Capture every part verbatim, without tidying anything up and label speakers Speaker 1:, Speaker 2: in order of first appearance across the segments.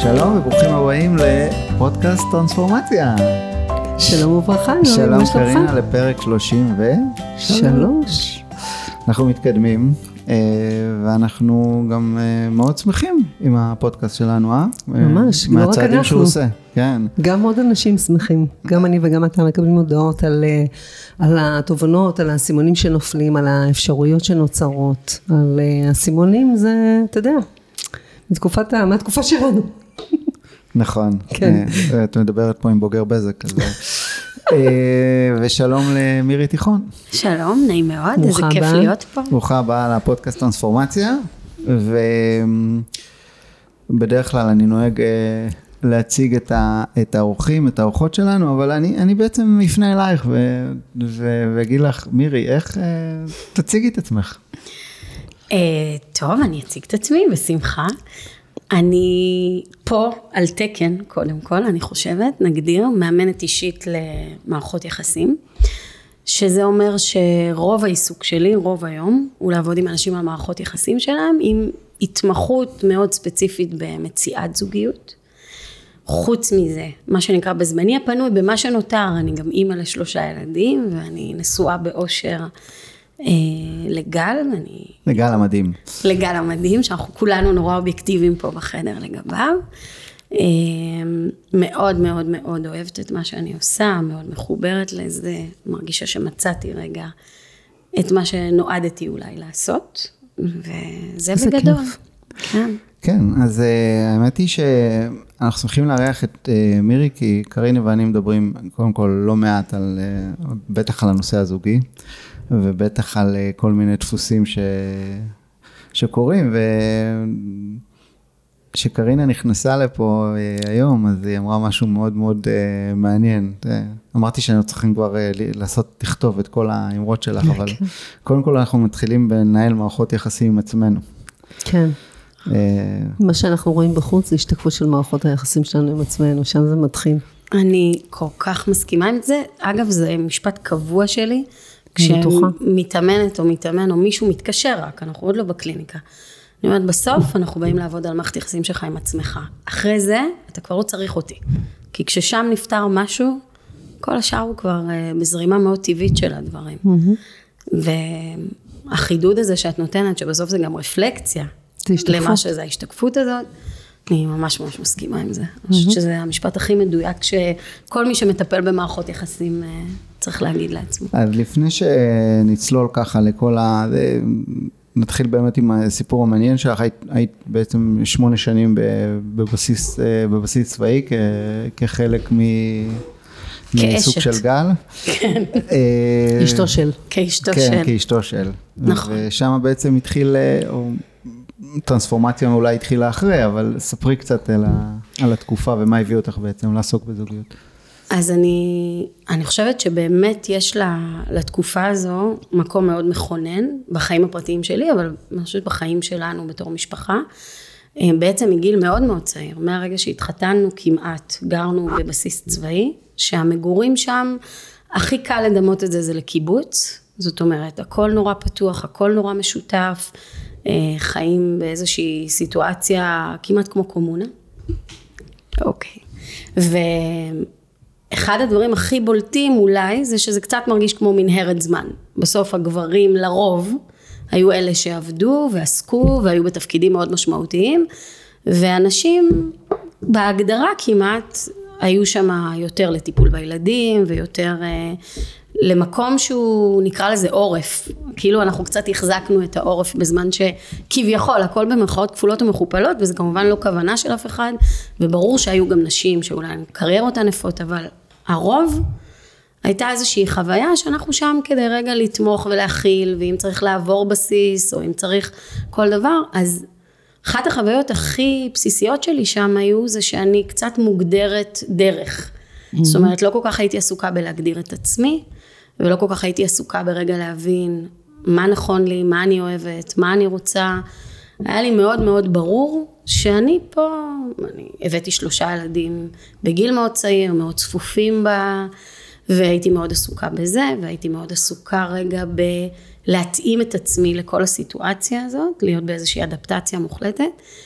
Speaker 1: שלום וברוכים הבאים לפודקאסט טרנספורמציה.
Speaker 2: שלום וברכה.
Speaker 1: שלום קרינה לפרק שלושים ושלוש. אנחנו מתקדמים ואנחנו גם מאוד שמחים עם הפודקאסט שלנו, אה?
Speaker 2: ממש, לא רק
Speaker 1: מהצעדים שהוא עושה. כן.
Speaker 2: גם עוד אנשים שמחים, גם אני וגם אתה מקבלים הודעות על, על התובנות, על הסימונים שנופלים, על האפשרויות שנוצרות, על הסימונים זה, אתה יודע, מתקופת, מהתקופה שלנו.
Speaker 1: נכון,
Speaker 2: כן.
Speaker 1: את מדברת פה עם בוגר בזק, אז... ושלום למירי תיכון.
Speaker 3: שלום, נעים מאוד, איזה כיף להיות פה.
Speaker 1: ברוכה הבאה לפודקאסט טרנספורמציה, ובדרך כלל אני נוהג להציג את האורחים, את האורחות שלנו, אבל אני, אני בעצם אפנה אלייך ואגיד לך, מירי, איך תציגי את עצמך?
Speaker 3: טוב, אני אציג את עצמי בשמחה. אני פה על תקן, קודם כל, אני חושבת, נגדיר, מאמנת אישית למערכות יחסים, שזה אומר שרוב העיסוק שלי, רוב היום, הוא לעבוד עם אנשים על מערכות יחסים שלהם, עם התמחות מאוד ספציפית במציאת זוגיות. חוץ מזה, מה שנקרא בזמני הפנוי, במה שנותר, אני גם אימא לשלושה ילדים, ואני נשואה באושר, לגל, אני...
Speaker 1: לגל המדהים.
Speaker 3: לגל המדהים, שאנחנו כולנו נורא אובייקטיביים פה בחדר לגביו. מאוד מאוד מאוד אוהבת את מה שאני עושה, מאוד מחוברת לזה, מרגישה שמצאתי רגע את מה שנועדתי אולי לעשות, וזה בגדול.
Speaker 1: כן. כן, אז האמת היא שאנחנו שמחים לארח את מירי, כי קרינה ואני מדברים קודם כל לא מעט על, בטח על הנושא הזוגי, ובטח על כל מיני דפוסים ש... שקורים, וכשקרינה נכנסה לפה היום, אז היא אמרה משהו מאוד מאוד מעניין. אמרתי שאני צריכים כבר לעשות, לכתוב את כל האמרות שלך, אבל קודם כל אנחנו מתחילים בנהל מערכות יחסים עם עצמנו.
Speaker 2: כן. מה שאנחנו רואים בחוץ זה השתקפות של מערכות היחסים שלנו עם עצמנו, שם זה מתחיל. אני
Speaker 3: כל כך מסכימה עם זה. אגב, זה משפט קבוע שלי, כשמתאמנת או מתאמן או מישהו מתקשר רק, אנחנו עוד לא בקליניקה. אני אומרת, בסוף אנחנו באים לעבוד על מערכת יחסים שלך עם עצמך. אחרי זה, אתה כבר לא צריך אותי. כי כששם נפטר משהו, כל השאר הוא כבר בזרימה מאוד טבעית של הדברים. והחידוד הזה שאת נותנת, שבסוף זה גם רפלקציה, למה שזה ההשתקפות הזאת, אני ממש ממש מסכימה עם זה. אני חושבת שזה המשפט הכי מדויק, שכל מי שמטפל במערכות יחסים צריך להגיד לעצמו.
Speaker 1: אז לפני שנצלול ככה לכל ה... נתחיל באמת עם הסיפור המעניין שלך, היית, היית בעצם שמונה שנים בבסיס, בבסיס צבאי, כ, כחלק מ... מסוג של גל.
Speaker 3: כן.
Speaker 2: אשתו של.
Speaker 3: כאשתו
Speaker 1: של.
Speaker 3: כן,
Speaker 1: כאשתו של.
Speaker 3: נכון.
Speaker 1: ושם בעצם התחיל... טרנספורמציה אולי התחילה אחרי, אבל ספרי קצת על, ה, על התקופה ומה הביא אותך בעצם לעסוק בזוגיות.
Speaker 3: אז אני, אני חושבת שבאמת יש לה, לתקופה הזו מקום מאוד מכונן בחיים הפרטיים שלי, אבל אני חושבת בחיים שלנו בתור משפחה, בעצם מגיל מאוד מאוד צעיר, מהרגע שהתחתנו כמעט, גרנו בבסיס צבאי, שהמגורים שם, הכי קל לדמות את זה זה לקיבוץ, זאת אומרת, הכל נורא פתוח, הכל נורא משותף, חיים באיזושהי סיטואציה כמעט כמו קומונה. אוקיי. ואחד הדברים הכי בולטים אולי זה שזה קצת מרגיש כמו מנהרת זמן. בסוף הגברים לרוב היו אלה שעבדו ועסקו והיו בתפקידים מאוד משמעותיים, ואנשים בהגדרה כמעט היו שם יותר לטיפול בילדים ויותר... למקום שהוא נקרא לזה עורף, כאילו אנחנו קצת החזקנו את העורף בזמן שכביכול הכל במרכאות כפולות ומכופלות, וזה כמובן לא כוונה של אף אחד, וברור שהיו גם נשים שאולי קריירות ענפות, אבל הרוב הייתה איזושהי חוויה שאנחנו שם כדי רגע לתמוך ולהכיל, ואם צריך לעבור בסיס, או אם צריך כל דבר, אז אחת החוויות הכי בסיסיות שלי שם היו, זה שאני קצת מוגדרת דרך, mm-hmm. זאת אומרת, לא כל כך הייתי עסוקה בלהגדיר את עצמי, ולא כל כך הייתי עסוקה ברגע להבין מה נכון לי, מה אני אוהבת, מה אני רוצה. היה לי מאוד מאוד ברור שאני פה, אני הבאתי שלושה ילדים בגיל מאוד צעיר, מאוד צפופים בה, והייתי מאוד עסוקה בזה, והייתי מאוד עסוקה רגע בלהתאים את עצמי לכל הסיטואציה הזאת, להיות באיזושהי אדפטציה מוחלטת,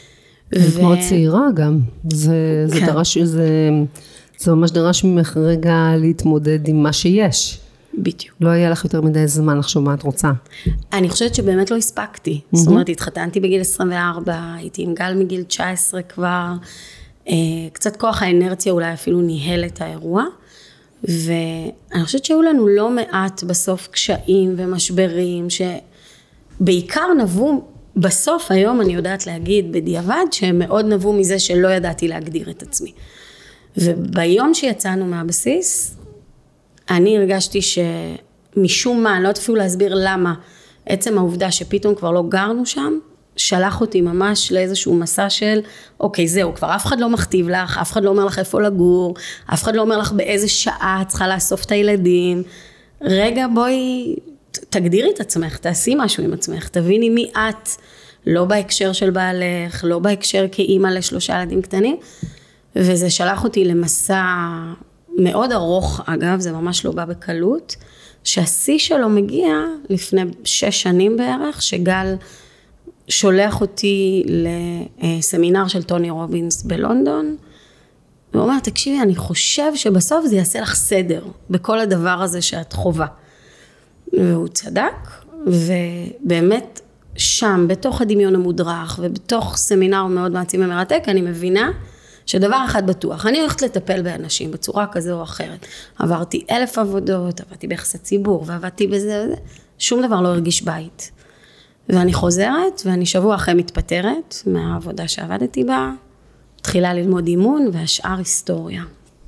Speaker 2: היית מאוד צעירה גם, זה, זה
Speaker 3: כן.
Speaker 2: דרש, זה, זה ממש דרש ממך רגע להתמודד עם מה שיש.
Speaker 3: בדיוק.
Speaker 2: לא היה לך יותר מדי זמן לחשוב מה את רוצה.
Speaker 3: אני חושבת שבאמת לא הספקתי. Mm-hmm. זאת אומרת, התחתנתי בגיל עשרים וארבע, הייתי עם גל מגיל תשע עשרה כבר, אה, קצת כוח האנרציה אולי אפילו ניהל את האירוע, ואני חושבת שהיו לנו לא מעט בסוף קשיים ומשברים, שבעיקר נבעו, בסוף היום אני יודעת להגיד בדיעבד, שהם מאוד נבעו מזה שלא ידעתי להגדיר את עצמי. וביום שיצאנו מהבסיס, אני הרגשתי שמשום מה, אני לא יודעת אפילו להסביר למה, עצם העובדה שפתאום כבר לא גרנו שם, שלח אותי ממש לאיזשהו מסע של, אוקיי, זהו, כבר אף אחד לא מכתיב לך, אף אחד לא אומר לך איפה לגור, אף אחד לא אומר לך באיזה שעה את צריכה לאסוף את הילדים. רגע, בואי, תגדירי את עצמך, תעשי משהו עם עצמך, תביני מי את, לא בהקשר של בעלך, לא בהקשר כאימא לשלושה ילדים קטנים, וזה שלח אותי למסע מאוד ארוך, אגב, זה ממש לא בא בקלות, שהשיא שלו מגיע לפני שש שנים בערך, שגל שולח אותי לסמינר של טוני רובינס בלונדון, והוא אומר, תקשיבי, אני חושב שבסוף זה יעשה לך סדר, בכל הדבר הזה שאת חובה. והוא צדק, ובאמת שם, בתוך הדמיון המודרך, ובתוך סמינר מאוד מעצים ומרתק, אני מבינה, שדבר אחד בטוח, אני הולכת לטפל באנשים בצורה כזו או אחרת. עברתי אלף עבודות, עבדתי ביחסי ציבור, ועבדתי בזה וזה, שום דבר לא הרגיש בית. ואני חוזרת, ואני שבוע אחרי מתפטרת, מהעבודה שעבדתי בה, התחילה ללמוד אימון, והשאר היסטוריה.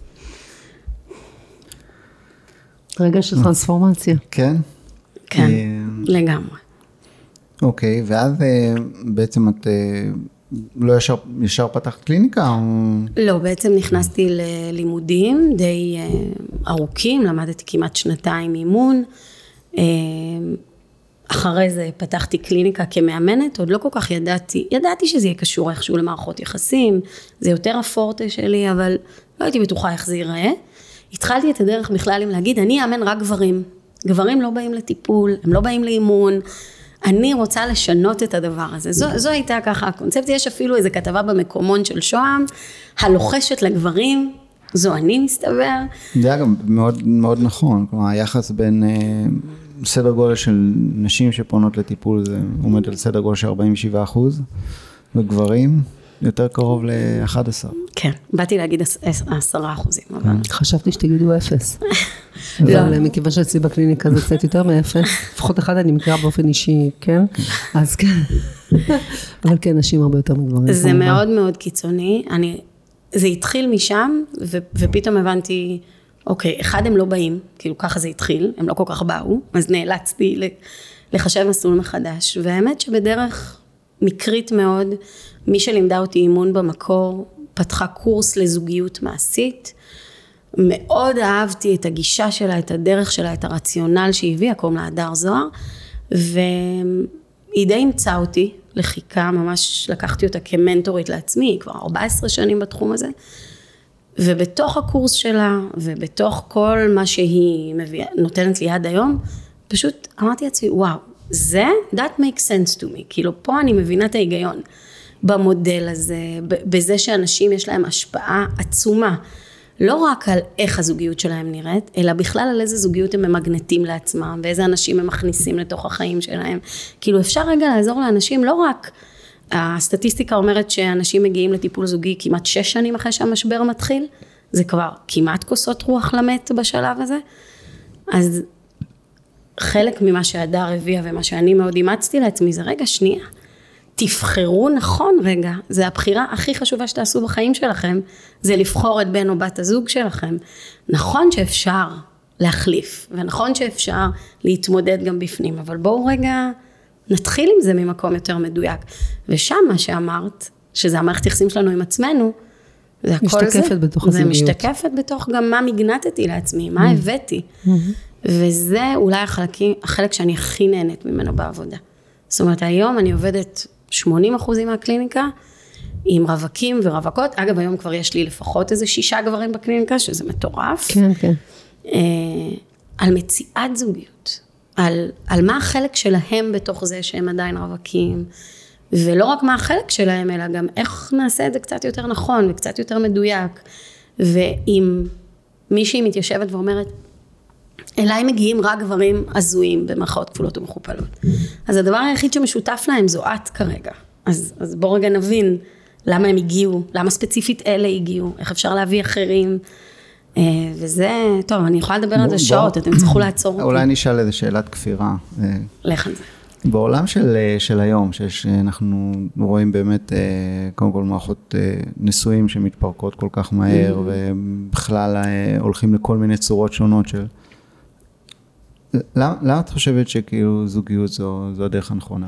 Speaker 2: רגע של טרנספורמציה.
Speaker 1: כן?
Speaker 3: כן, לגמרי.
Speaker 1: אוקיי, ואז בעצם את לא ישר, ישר פתחת קליניקה? או...
Speaker 3: לא, בעצם נכנסתי ללימודים די ארוכים, למדתי כמעט שנתיים אימון, אחרי זה פתחתי קליניקה כמאמנת, עוד לא כל כך ידעתי, ידעתי שזה יהיה קשור איכשהו למערכות יחסים, זה יותר הפורטה שלי, אבל לא הייתי בטוחה איך זה ייראה. התחלתי את הדרך בכלל עם להגיד, אני אאמן רק גברים, גברים לא באים לטיפול, הם לא באים לאימון, אני רוצה לשנות את הדבר הזה. זו, זו הייתה ככה הקונספציה, יש אפילו איזו כתבה במקומון של שוהם, הלוחשת לגברים, זו אני מסתבר.
Speaker 1: זה היה גם מאוד, מאוד נכון, כלומר היחס בין uh, סדר גודל של נשים שפונות לטיפול, זה עומד על סדר גודל של ארבעים ושבעה אחוז, וגברים יותר קרוב ל-אחד עשר.
Speaker 3: כן, באתי להגיד עשרה אחוזים. אבל...
Speaker 2: חשבתי שתגידו אפס. אבל מכיוון שאצלי בקליניקה זה קצת יותר מאפס, לפחות אחד אני מכירה באופן אישי, כן? אז כן. אבל כן, נשים הרבה יותר מגברים.
Speaker 3: זה מאוד מאוד קיצוני. אני, זה התחיל משם, ו, ופתאום הבנתי, אוקיי, אחד הם לא באים, כאילו ככה זה התחיל, הם לא כל כך באו, אז נאלצתי לחשב מסלול מחדש. והאמת שבדרך מקרית מאוד, מי שלימדה אותי אימון במקור, פתחה קורס לזוגיות מעשית, מאוד אהבתי את הגישה שלה, את הדרך שלה, את הרציונל שהיא הביאה, קוראים לה הדר זוהר, והיא די אימצה אותי לחיקה, ממש לקחתי אותה כמנטורית לעצמי, היא כבר ארבע עשרה שנים בתחום הזה, ובתוך הקורס שלה, ובתוך כל מה שהיא מביאה, נותנת לי עד היום, פשוט אמרתי לעצמי, וואו, זה, that makes sense to me, כאילו פה אני מבינה את ההיגיון, במודל הזה, בזה שאנשים יש להם השפעה עצומה, לא רק על איך הזוגיות שלהם נראית, אלא בכלל על איזה זוגיות הם ממגנטים לעצמם, ואיזה אנשים הם מכניסים לתוך החיים שלהם. כאילו אפשר רגע לעזור לאנשים, לא רק, הסטטיסטיקה אומרת שאנשים מגיעים לטיפול זוגי כמעט שש שנים אחרי שהמשבר מתחיל, זה כבר כמעט כוסות רוח למת בשלב הזה, אז חלק ממה שהדר הביאה ומה שאני מאוד אימצתי לעצמי, זה רגע שנייה, תבחרו נכון רגע, זה הבחירה הכי חשובה שתעשו בחיים שלכם, זה לבחור את בן או בת הזוג שלכם. נכון שאפשר להחליף, ונכון שאפשר להתמודד גם בפנים, אבל בואו רגע נתחיל עם זה ממקום יותר מדויק. ושם מה שאמרת, שזה המערכת יחסים שלנו עם עצמנו, זה הכל
Speaker 2: משתקפת
Speaker 3: זה,
Speaker 2: בתוך
Speaker 3: זה
Speaker 2: הזוגיות.
Speaker 3: משתקפת בתוך גם מה מגנתתי לעצמי, מה הבאתי. וזה אולי החלקים, החלק שאני הכי נהנית ממנו בעבודה. זאת אומרת, היום אני עובדת שמונים אחוזים מהקליניקה, עם רווקים ורווקות. אגב, היום כבר יש לי לפחות איזה שישה גברים בקליניקה, שזה מטורף.
Speaker 2: כן, כן.
Speaker 3: על מציאת זוגיות. על, על מה החלק שלהם בתוך זה שהם עדיין רווקים, ולא רק מה החלק שלהם, אלא גם איך נעשה את זה קצת יותר נכון, וקצת יותר מדויק, ואם מישהי מתיישבת ואומרת, אליי מגיעים רק גברים הזויים, במרכאות כפולות ומכופלות. אז הדבר היחיד שמשותף להם זו את כרגע. אז, אז בוא רגע נבין למה הם הגיעו, למה ספציפית אלה הגיעו, איך אפשר להביא אחרים, וזה, טוב, אני יכולה לדבר על זה שעות, אתם צריכו לעצור אותי.
Speaker 1: אולי נשאל איזה שאלת כפירה.
Speaker 3: לך על זה.
Speaker 1: בעולם של, של היום, שאנחנו רואים באמת, קודם כל מערכות נישואים שמתפרקות כל כך מהר, ובכלל הולכים לכל מיני צורות שונות של... למה, למה את חושבת שכאילו זוגיות זו, זו הדרך הנכונה?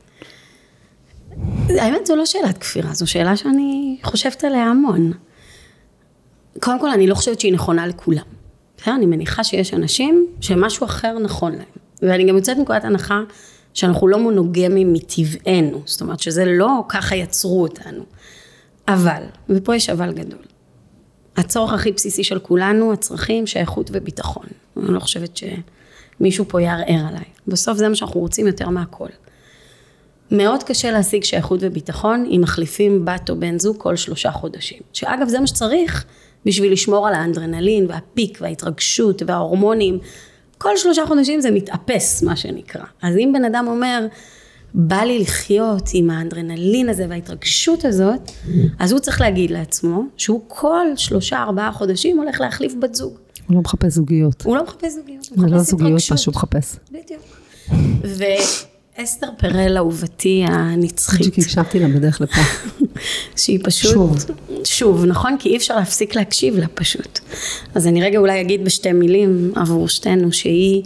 Speaker 3: האמת זו לא שאלת כפירה, זו שאלה שאני חושבת עליה המון. קודם כל אני לא חושבת שהיא נכונה לכולם. אני מניחה שיש אנשים שמשהו אחר נכון להם. ואני גם יוצאת מנקודת הנחה שאנחנו לא מונוגמים מטבענו. זאת אומרת שזה לא ככה יצרו אותנו. אבל, ופה יש אבל גדול. הצורך הכי בסיסי של כולנו, הצרכים, שייכות וביטחון. אני לא חושבת שמישהו פה יערער עליי. בסוף זה מה שאנחנו רוצים יותר מהכל. מאוד קשה להשיג שייכות וביטחון אם מחליפים בת או בן זוג כל שלושה חודשים. שאגב זה מה שצריך בשביל לשמור על האנדרנלין והפיק וההתרגשות וההורמונים. כל שלושה חודשים זה מתאפס מה שנקרא. אז אם בן אדם אומר, בא לי לחיות עם האנדרנלין הזה וההתרגשות הזאת, אז הוא צריך להגיד לעצמו שהוא כל שלושה ארבעה חודשים הולך להחליף בת זוג.
Speaker 2: הוא לא מחפש זוגיות.
Speaker 3: הוא לא מחפש זוגיות.
Speaker 2: זה לא זוגיות מה שהוא מחפש.
Speaker 3: בדיוק. ואסתר פרל אהובתי הנצחית.
Speaker 2: הקשבתי לה בדרך לפה.
Speaker 3: שהיא פשוט...
Speaker 2: שוב.
Speaker 3: שוב, נכון? כי אי אפשר להפסיק להקשיב לה פשוט. אז אני רגע אולי אגיד בשתי מילים עבור שתינו, שהיא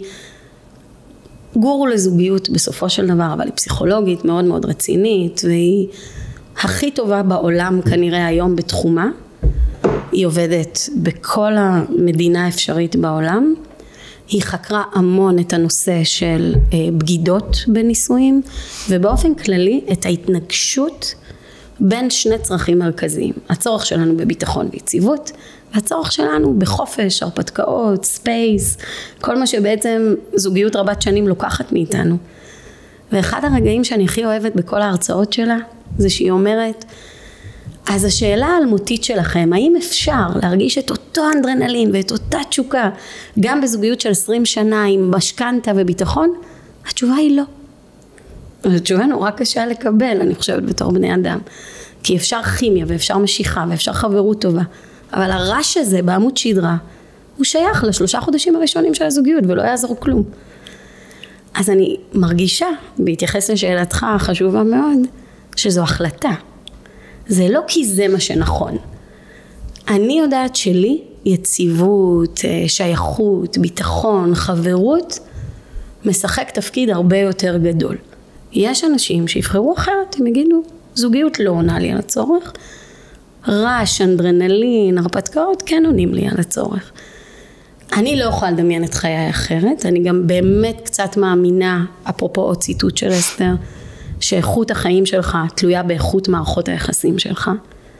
Speaker 3: גורו לזוגיות בסופו של דבר, אבל היא פסיכולוגית מאוד מאוד רצינית, והיא הכי טובה בעולם כנראה היום בתחומה. היא עובדת בכל המדינה האפשרית בעולם. היא חקרה המון את הנושא של בגידות בנישואים, ובאופן כללי את ההתנגשות בין שני צרכים מרכזיים. הצורך שלנו בביטחון ויציבות, והצורך שלנו בחופש, הרפתקאות, ספייס, כל מה שבעצם זוגיות רבת שנים לוקחת מאיתנו. ואחד הרגעים שאני הכי אוהבת בכל ההרצאות שלה, זה שהיא אומרת, אז השאלה האלמותית שלכם, האם אפשר להרגיש את אותו אנדרנלין ואת אותה תשוקה, גם בזוגיות של עשרים שנה עם משכנתה וביטחון? התשובה היא לא. התשובה נורא קשה לקבל, אני חושבת, בתור בני אדם. כי אפשר כימיה ואפשר משיכה ואפשר חברות טובה. אבל הרש הזה בעמוד שדרה, הוא שייך לשלושה חודשים הראשונים של הזוגיות ולא יעזור כלום. אז אני מרגישה, בהתייחס לשאלתך החשובה מאוד, שזו החלטה. זה לא כי זה מה שנכון. אני יודעת שלי יציבות, שייכות, ביטחון, חברות, משחק תפקיד הרבה יותר גדול. יש אנשים שיבחרו אחרת, הם יגידו, זוגיות לא עונה לי על הצורך, רעש, אנדרנלין, הרפתקאות כן עונים לי על הצורך. אני לא יכולה לדמיין את חיי אחרת, אני גם באמת קצת מאמינה, אפרופו עוד ציטוט של אסתר, שאיכות החיים שלך תלויה באיכות מערכות היחסים שלך.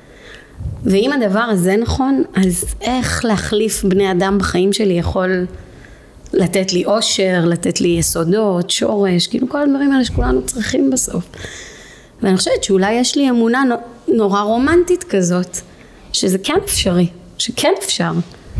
Speaker 3: ואם הדבר הזה נכון, אז איך להחליף בני אדם בחיים שלי יכול לתת לי אושר, לתת לי יסודות, שורש, כאילו כל הדברים האלה שכולנו צריכים בסוף. ואני חושבת שאולי יש לי אמונה נורא רומנטית כזאת, שזה כן אפשרי, שכן אפשר.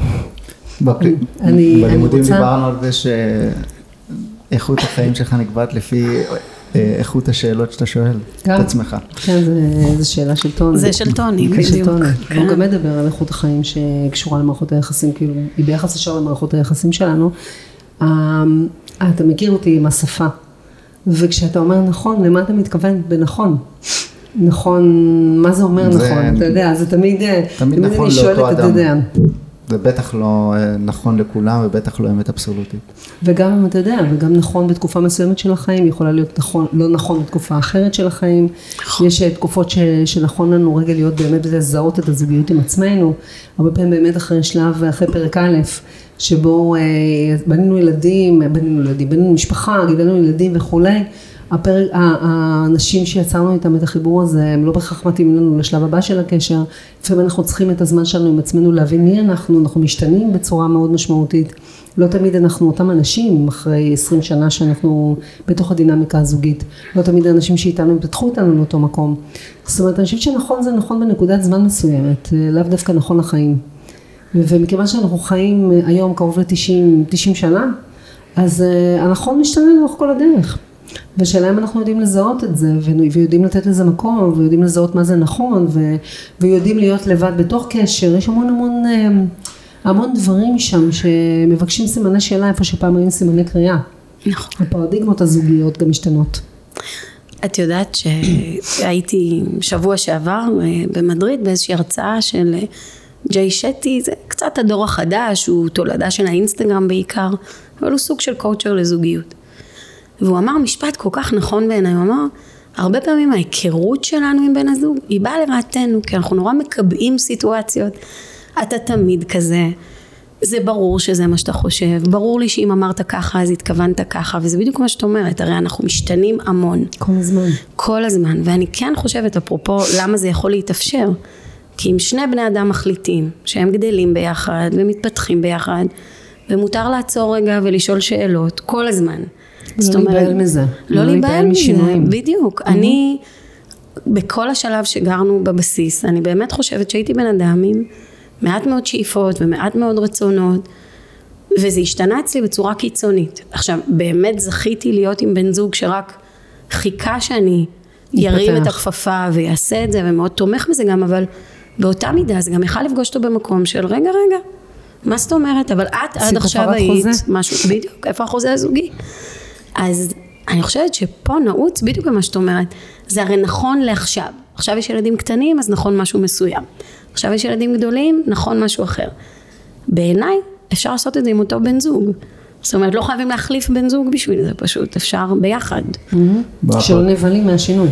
Speaker 1: בלימודים דיברנו על זה שאיכות החיים שלך נקבעת לפי איכות השאלות שאתה שואל את עצמך.
Speaker 2: כן, זו שאלה של טוני.
Speaker 3: זה של טוני, בדיוק.
Speaker 2: הוא גם מדבר על איכות החיים שקשורה למערכות היחסים, כאילו, היא ביחס ישר למערכות היחסים שלנו. אתה מכיר אותי עם השפה, וכשאתה אומר נכון, למה אתה מתכוון? בנכון. נכון, מה זה אומר נכון? אתה יודע, זה תמיד,
Speaker 1: תמיד נכון לאותו אדם. זה בטח לא נכון לכולם, ובטח לא אמת אבסולוטית.
Speaker 2: וגם, אתה יודע, וגם נכון בתקופה מסוימת של החיים, יכולה להיות נכון, לא נכון בתקופה אחרת של החיים. יש תקופות ש, שנכון לנו רגע להיות באמת לזהות את הזוגיות עם עצמנו, הרבה פעמים באמת אחרי שלב, אחרי פרק א', שבו בנינו ילדים, בנינו ילדים, בנינו משפחה, גידלנו ילדים וכולי, הפרק, האנשים שיצרנו איתם את החיבור הזה, הם לא בהכרח מתאימים לנו לשלב הבא של הקשר, לפעמים אנחנו צריכים את הזמן שלנו עם עצמנו להבין מי אנחנו, אנחנו משתנים בצורה מאוד משמעותית, לא תמיד אנחנו אותם אנשים אחרי עשרים שנה שאנחנו בתוך הדינמיקה הזוגית, לא תמיד האנשים שאיתנו הם פתחו איתנו לאותו מקום, זאת אומרת אני חושבת שנכון זה נכון בנקודת זמן מסוימת, לאו דווקא נכון לחיים, ומכיוון שאנחנו חיים היום קרוב ל-תשעים שנה, אז הנכון משתנה לאורך כל הדרך. ושאלה אם אנחנו יודעים לזהות את זה, ויודעים לתת לזה מקום, ויודעים לזהות מה זה נכון, ו- ויודעים להיות לבד בתוך קשר. יש המון המון, המון דברים שם שמבקשים סימני שאלה, איפה שפעם היו סימני קריאה.
Speaker 3: נכון.
Speaker 2: הפרדיגמות הזוגיות גם משתנות.
Speaker 3: את יודעת שהייתי שבוע שעבר במדריד באיזושהי הרצאה של ג'יי שטי, זה קצת הדור החדש, הוא תולדה של האינסטגרם בעיקר, אבל הוא סוג של קואוצ'ר לזוגיות. והוא אמר משפט כל כך נכון בעיניי, הוא אמר, הרבה פעמים ההיכרות שלנו עם בן הזוג, היא באה לרעתנו, כי אנחנו נורא מקבעים סיטואציות, אתה תמיד כזה, זה ברור שזה מה שאתה חושב, ברור לי שאם אמרת ככה אז התכוונת ככה, וזה בדיוק מה שאת אומרת, הרי אנחנו משתנים המון.
Speaker 2: כל הזמן.
Speaker 3: כל הזמן, ואני כן חושבת אפרופו למה זה יכול להתאפשר, כי אם שני בני אדם מחליטים שהם גדלים ביחד ומתפתחים ביחד, ומותר לעצור רגע ולשאול שאלות כל הזמן.
Speaker 2: לא להיבהל מזה.
Speaker 3: לא להיבהל מזה, בדיוק. אני, בכל השלב שגרנו בבסיס, אני באמת חושבת שהייתי בן אדם עם מעט מאוד שאיפות ומעט מאוד רצונות, וזה השתנה אצלי בצורה קיצונית. עכשיו, באמת זכיתי להיות עם בן זוג שרק חיכה שאני ירים את הכפפה ויעשה את זה, ומאוד תומך בזה גם, אבל באותה מידה זה גם יכל לפגוש אותו במקום של רגע רגע, מה זאת אומרת? אבל את עד עכשיו היית משהו, בדיוק, איפה החוזה הזוגי? אז אני חושבת שפה נעוץ בדיוק במה שאת אומרת, זה הרי נכון לעכשיו, עכשיו יש ילדים קטנים אז נכון משהו מסוים, עכשיו יש ילדים גדולים, נכון משהו אחר. בעיניי אפשר לעשות את זה עם אותו בן זוג, זאת אומרת לא חייבים להחליף בן זוג בשביל זה, פשוט אפשר ביחד.
Speaker 2: שלא נבלים מהשינוי.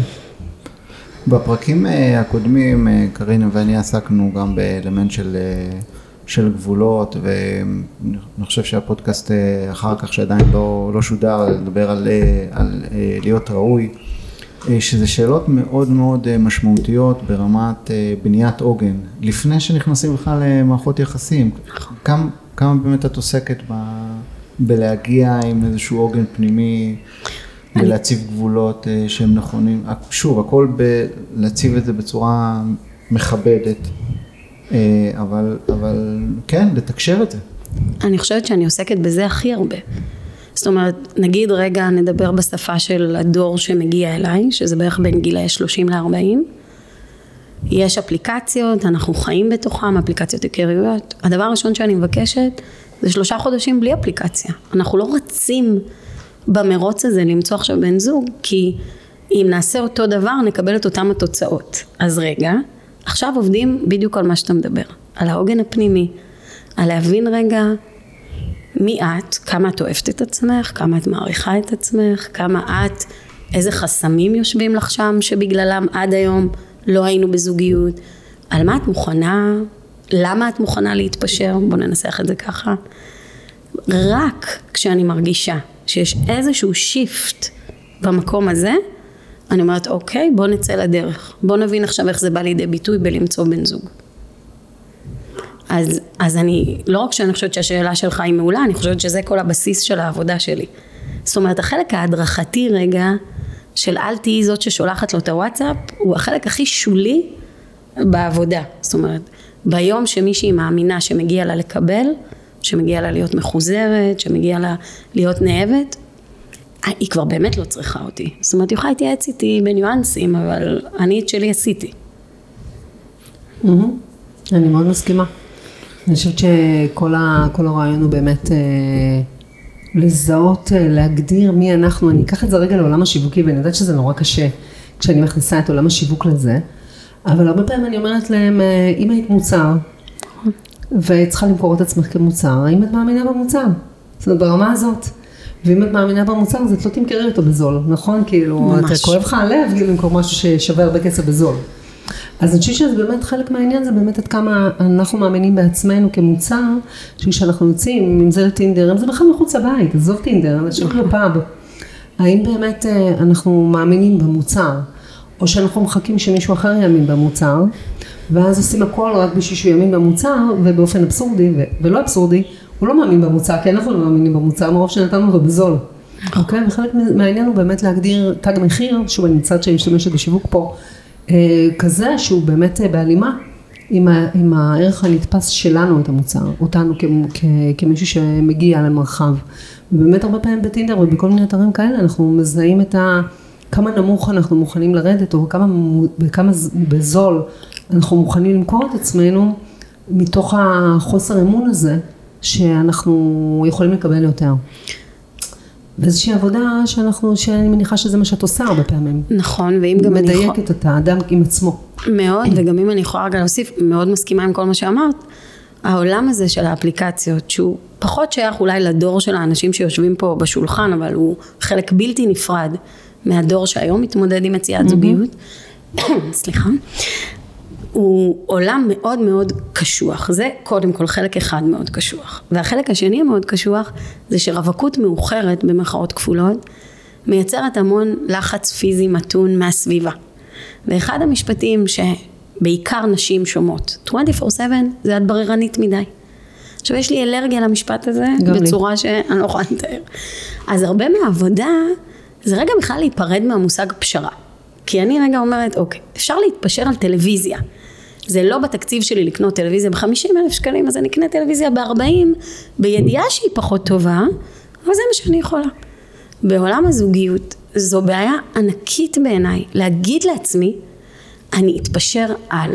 Speaker 1: בפרקים הקודמים קרינה ואני עסקנו גם באלמנט של של גבולות, ואני חושב שהפודקאסט אחר כך שעדיין לא, לא שודר, לדבר על, על להיות ראוי, שזה שאלות מאוד מאוד משמעותיות ברמת בניית עוגן, לפני שנכנסים בכלל למערכות יחסים. כמה, כמה באמת את עוסקת ב, בלהגיע עם איזשהו עוגן פנימי, ולהציב גבולות שהם נכונים, שוב, הכל בלהציב את זה בצורה מכבדת, אבל, אבל כן, לתקשר את זה.
Speaker 3: אני חושבת שאני עוסקת בזה הכי הרבה. זאת אומרת, נגיד רגע נדבר בשפה של הדור שמגיע אליי, שזה בערך בין גילי שלושים לארבעים. יש אפליקציות, אנחנו חיים בתוכם, אפליקציות היכרויות. הדבר הראשון שאני מבקשת זה שלושה חודשים בלי אפליקציה. אנחנו לא רצים במרוץ הזה למצוא עכשיו בן זוג, כי אם נעשה אותו דבר נקבל את אותם התוצאות. אז רגע, עכשיו עובדים בדיוק על מה שאתה מדבר, על העוגן הפנימי, על להבין רגע מי את, כמה את אוהבת את עצמך, כמה את מעריכה את עצמך, כמה את, איזה חסמים יושבים לך שם שבגללם עד היום לא היינו בזוגיות, על מה את מוכנה, למה את מוכנה להתפשר, בוא ננסח את זה ככה. רק כשאני מרגישה שיש איזשהו שיפט במקום הזה, אני אומרת, אוקיי, בוא נצא לדרך. בוא נבין עכשיו איך זה בא לידי ביטוי בלמצוא בן זוג. אז, אז אני, לא רק שאני חושבת שהשאלה שלך היא מעולה, אני חושבת שזה כל הבסיס של העבודה שלי. זאת אומרת, החלק ההדרכתי רגע, של אל תהי זאת ששולחת לו את הוואטסאפ, הוא החלק הכי שולי בעבודה. זאת אומרת, ביום שמישהי מאמינה שמגיע לה לקבל, שמגיע לה להיות מחוזרת, שמגיע לה להיות נאהבת, היא כבר באמת לא צריכה אותי. זאת אומרת, היא יכולה להתייעץ איתי בניואנסים, אבל אני את שלי עשיתי.
Speaker 2: אני מאוד מסכימה. אני חושבת שכל הרעיון הוא באמת לזהות, להגדיר מי אנחנו. אני אקח את זה רגע לעולם השיווקי, ואני יודעת שזה נורא קשה כשאני מכניסה את עולם השיווק לזה, אבל הרבה פעמים אני אומרת להם, אם היית מוצר, וצריכה למכור את עצמך כמוצר, האם את מאמינה במוצר? זאת אומרת, ברמה הזאת. ואם את מאמינה במוצר, אז את לא תמכרי אותו בזול, נכון? כאילו, אתה כואב לך הלב, כאילו, למכור משהו ששווה הרבה כסף בזול. אז אני חושבת שזה באמת חלק מהעניין, זה באמת עד כמה אנחנו מאמינים בעצמנו כמוצר, שכשאנחנו יוצאים, אם זה לטינדר, אם זה בכלל מחוץ לבית, עזוב טינדר, אנשים כמו פאב. האם באמת אנחנו מאמינים במוצר, או שאנחנו מחכים שמישהו אחר יאמין במוצר, ואז עושים הכל רק בשביל שהוא יאמין במוצר, ובאופן אבסורדי ולא אבסורדי, הוא לא מאמין במוצר, כי אנחנו לא מאמינים במוצר, מרוב שנתנו אותו בזול. אוקיי? וחלק מהעניין הוא באמת להגדיר תג מחיר, שוב אני מצד שהשתמשת בשיווק פה, כזה שהוא באמת בהלימה, עם, ה, עם הערך הנתפס שלנו את המוצר, אותנו כ, כ, כמישהו שמגיע למרחב. ובאמת הרבה פעמים בטינדר ובכל מיני אתרים כאלה, אנחנו מזהים את ה, כמה נמוך אנחנו מוכנים לרדת, או כמה, בכמה בזול אנחנו מוכנים למכור את עצמנו, מתוך החוסר אמון הזה, שאנחנו יכולים לקבל יותר. ואיזושהי עבודה שאנחנו, שאני מניחה שזה מה שאת עושה הרבה פעמים.
Speaker 3: נכון, ואם גם אני יכולה...
Speaker 2: מדייקת את האדם עם עצמו.
Speaker 3: מאוד, וגם אם אני יכולה רגע להוסיף, מאוד מסכימה עם כל מה שאמרת, העולם הזה של האפליקציות, שהוא פחות שייך אולי לדור של האנשים שיושבים פה בשולחן, אבל הוא חלק בלתי נפרד מהדור שהיום מתמודד עם מציאת זוגיות. סליחה. הוא עולם מאוד מאוד קשוח, זה קודם כל חלק אחד מאוד קשוח, והחלק השני המאוד קשוח זה שרווקות מאוחרת במחאות כפולות מייצרת המון לחץ פיזי מתון מהסביבה, ואחד המשפטים שבעיקר נשים שומעות עשרים וארבע שבע זה את בררנית מדי. עכשיו יש לי אלרגיה למשפט הזה בצורה לי. שאני לא יכולה לתאר. אז הרבה מהעבודה זה רגע בכלל להיפרד מהמושג פשרה, כי אני רגע אומרת אוקיי, אפשר להתפשר על טלוויזיה, זה לא בתקציב שלי לקנות טלוויזיה ב-חמישים אלף שקלים, אז אני אקנה טלוויזיה ב-ארבעים, בידיעה שהיא פחות טובה, אבל זה מה שאני יכולה. בעולם הזוגיות, זו בעיה ענקית בעיניי, להגיד לעצמי, אני אתפשר על,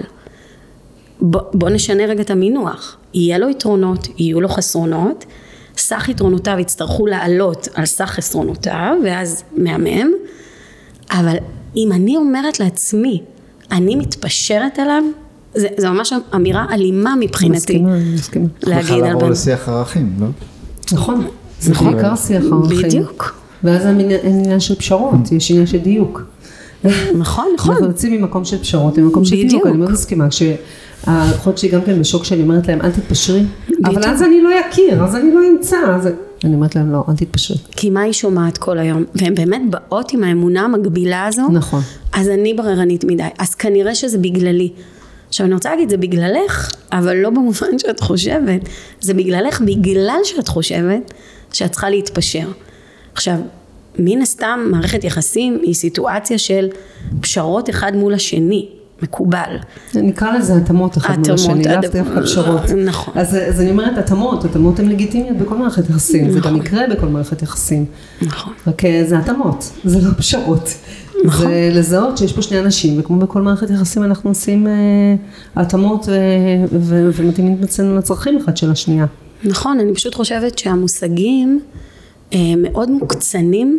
Speaker 3: בוא, בוא נשנה רגע את המינוח, יהיה לו יתרונות, יהיו לו חסרונות, סך יתרונותיו יצטרכו לעלות על סך חסרונותיו, ואז מהמם, אבל אם אני אומרת לעצמי, אני מתפשרת עליו, זה, זה ממש אמירה אלימה מבחינתי.
Speaker 2: מסכימה, מסכימה.
Speaker 1: בכלל לעבור לשיח ערכים, לא?
Speaker 2: נכון, זה בעיקר שיח ערכים.
Speaker 3: בדיוק.
Speaker 2: ואז עניין של פשרות, יש עניין של דיוק.
Speaker 3: נכון, נכון.
Speaker 2: אנחנו יוצאים ממקום של פשרות, ממקום של דיוק, אני מאוד מסכימה. כשהאחות שלי גם כן בשוק שלי אומרת להם, אל תתפשרי, אבל אז אני לא יכיר, אז אני לא אמצא, אני אומרת להם, לא, אל תתפשרי.
Speaker 3: כי מה היא שומעת כל היום? והן באמת באות עם האמונה המקבילה הזו.
Speaker 2: נכון.
Speaker 3: אז אני בררנית מדי, אז כנראה שזה בגללי. עכשיו אני רוצה להגיד, זה בגללך, אבל לא במובן שאת חושבת, זה בגללך, בגלל שאת חושבת שאת צריכה להתפשר. עכשיו, מן הסתם מערכת יחסים היא סיטואציה של פשרות אחד מול השני, מקובל.
Speaker 2: נקרא לזה התאמות אחד מול השני, לאו דווקא פשרות.
Speaker 3: נכון.
Speaker 2: אז, אז אני אומרת, התאמות, התאמות הן לגיטימיות בכל מערכת יחסים, נכון. זה גם יקרה בכל מערכת יחסים.
Speaker 3: נכון.
Speaker 2: רק זה התאמות, זה לא פשרות. נכון. זה לזהות שיש פה שני אנשים, וכמו בכל מערכת יחסים אנחנו עושים אה, התאמות ו- ו- ומתאימים את עצמנו לצרכים אחד של השנייה.
Speaker 3: נכון, אני פשוט חושבת שהמושגים אה, מאוד מוקצנים,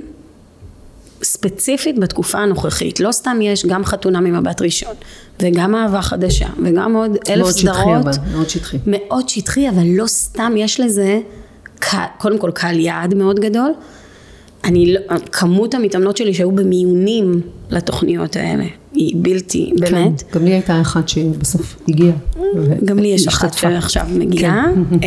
Speaker 3: ספציפית בתקופה הנוכחית. לא סתם יש גם חתונה ממבט ראשון, וגם אהבה חדשה, וגם עוד אלף סדרות.
Speaker 2: מאוד שטחי, אבל, מאוד שטחי.
Speaker 3: מאוד שטחי, אבל לא סתם יש לזה, קודם כל קהל יעד מאוד גדול. אני, כמות המתאמנות שלי שהיו במיונים לתוכניות האלה, היא בלתי, באמת.
Speaker 2: גם לי הייתה אחת שבסוף הגיעה.
Speaker 3: גם לי יש אחת שעכשיו מגיעה.